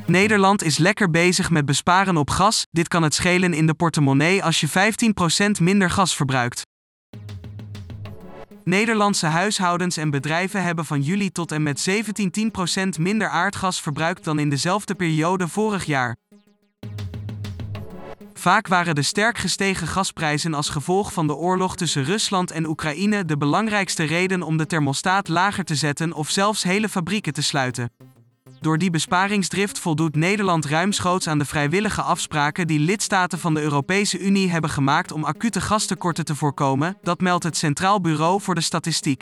Nederland is lekker bezig met besparen op gas, dit kan het schelen in de portemonnee als je 15% minder gas verbruikt. Nederlandse huishoudens en bedrijven hebben van juli tot en met 10% minder aardgas verbruikt dan in dezelfde periode vorig jaar. Vaak waren de sterk gestegen gasprijzen als gevolg van de oorlog tussen Rusland en Oekraïne de belangrijkste reden om de thermostaat lager te zetten of zelfs hele fabrieken te sluiten. Door die besparingsdrift voldoet Nederland ruimschoots aan de vrijwillige afspraken die lidstaten van de Europese Unie hebben gemaakt om acute gastekorten te voorkomen, dat meldt het Centraal Bureau voor de Statistiek.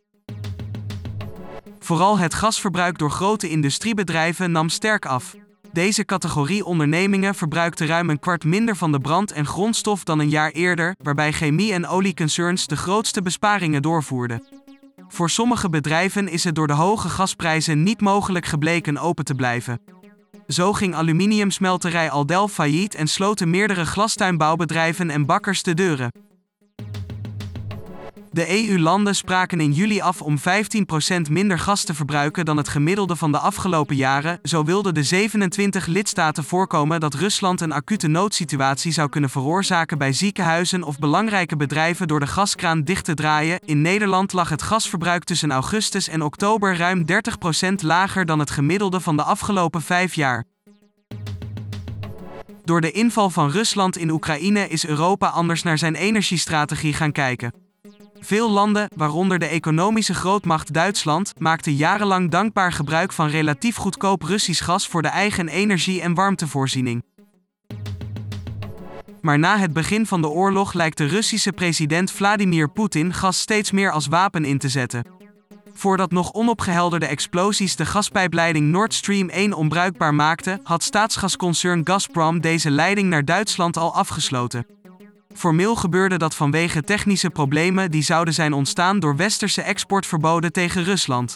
Vooral het gasverbruik door grote industriebedrijven nam sterk af. Deze categorie ondernemingen verbruikte ruim een kwart minder van de brand- en grondstof dan een jaar eerder, waarbij chemie- en olieconcerns de grootste besparingen doorvoerden. Voor sommige bedrijven is het door de hoge gasprijzen niet mogelijk gebleken open te blijven. Zo ging aluminiumsmelterij Aldel failliet en sloten meerdere glastuinbouwbedrijven en bakkers de deuren. De EU-landen spraken in juli af om 15% minder gas te verbruiken dan het gemiddelde van de afgelopen jaren. Zo wilden de 27 lidstaten voorkomen dat Rusland een acute noodsituatie zou kunnen veroorzaken bij ziekenhuizen of belangrijke bedrijven door de gaskraan dicht te draaien. In Nederland lag het gasverbruik tussen augustus en oktober ruim 30% lager dan het gemiddelde van de afgelopen 5 jaar. Door de inval van Rusland in Oekraïne is Europa anders naar zijn energiestrategie gaan kijken. Veel landen, waaronder de economische grootmacht Duitsland, maakten jarenlang dankbaar gebruik van relatief goedkoop Russisch gas voor de eigen energie- en warmtevoorziening. Maar na het begin van de oorlog lijkt de Russische president Vladimir Poetin gas steeds meer als wapen in te zetten. Voordat nog onopgehelderde explosies de gaspijpleiding Nord Stream 1 onbruikbaar maakten, had staatsgasconcern Gazprom deze leiding naar Duitsland al afgesloten. Formeel gebeurde dat vanwege technische problemen die zouden zijn ontstaan door westerse exportverboden tegen Rusland.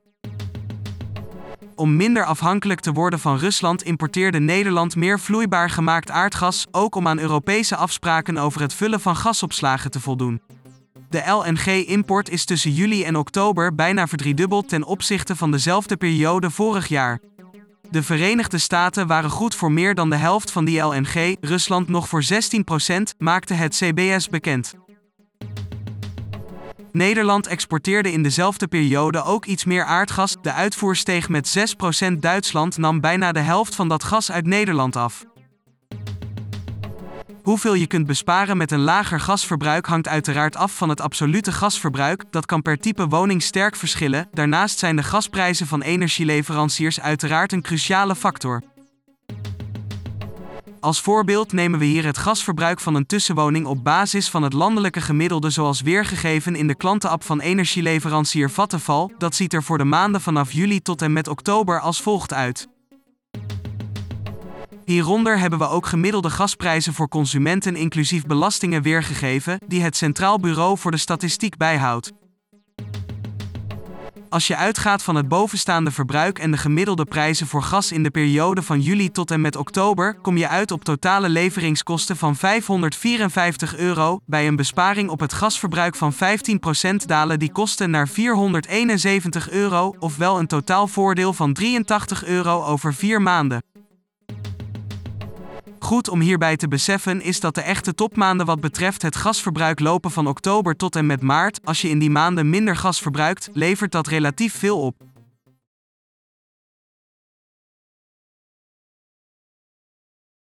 Om minder afhankelijk te worden van Rusland importeerde Nederland meer vloeibaar gemaakt aardgas, ook om aan Europese afspraken over het vullen van gasopslagen te voldoen. De LNG-import is tussen juli en oktober bijna verdriedubbeld ten opzichte van dezelfde periode vorig jaar. De Verenigde Staten waren goed voor meer dan de helft van die LNG, Rusland nog voor 16%, maakte het CBS bekend. Nederland exporteerde in dezelfde periode ook iets meer aardgas, de uitvoer steeg met 6%, Duitsland nam bijna de helft van dat gas uit Nederland af. Hoeveel je kunt besparen met een lager gasverbruik hangt uiteraard af van het absolute gasverbruik, dat kan per type woning sterk verschillen. Daarnaast zijn de gasprijzen van energieleveranciers uiteraard een cruciale factor. Als voorbeeld nemen we hier het gasverbruik van een tussenwoning op basis van het landelijke gemiddelde zoals weergegeven in de klantenapp van energieleverancier Vattenfall. Dat ziet er voor de maanden vanaf juli tot en met oktober als volgt uit. Hieronder hebben we ook gemiddelde gasprijzen voor consumenten inclusief belastingen weergegeven, die het Centraal Bureau voor de Statistiek bijhoudt. Als je uitgaat van het bovenstaande verbruik en de gemiddelde prijzen voor gas in de periode van juli tot en met oktober, kom je uit op totale leveringskosten van €554. Bij een besparing op het gasverbruik van 15% dalen die kosten naar €471, ofwel een totaalvoordeel van €83 over 4 maanden. Goed om hierbij te beseffen is dat de echte topmaanden wat betreft het gasverbruik lopen van oktober tot en met maart. Als je in die maanden minder gas verbruikt, levert dat relatief veel op.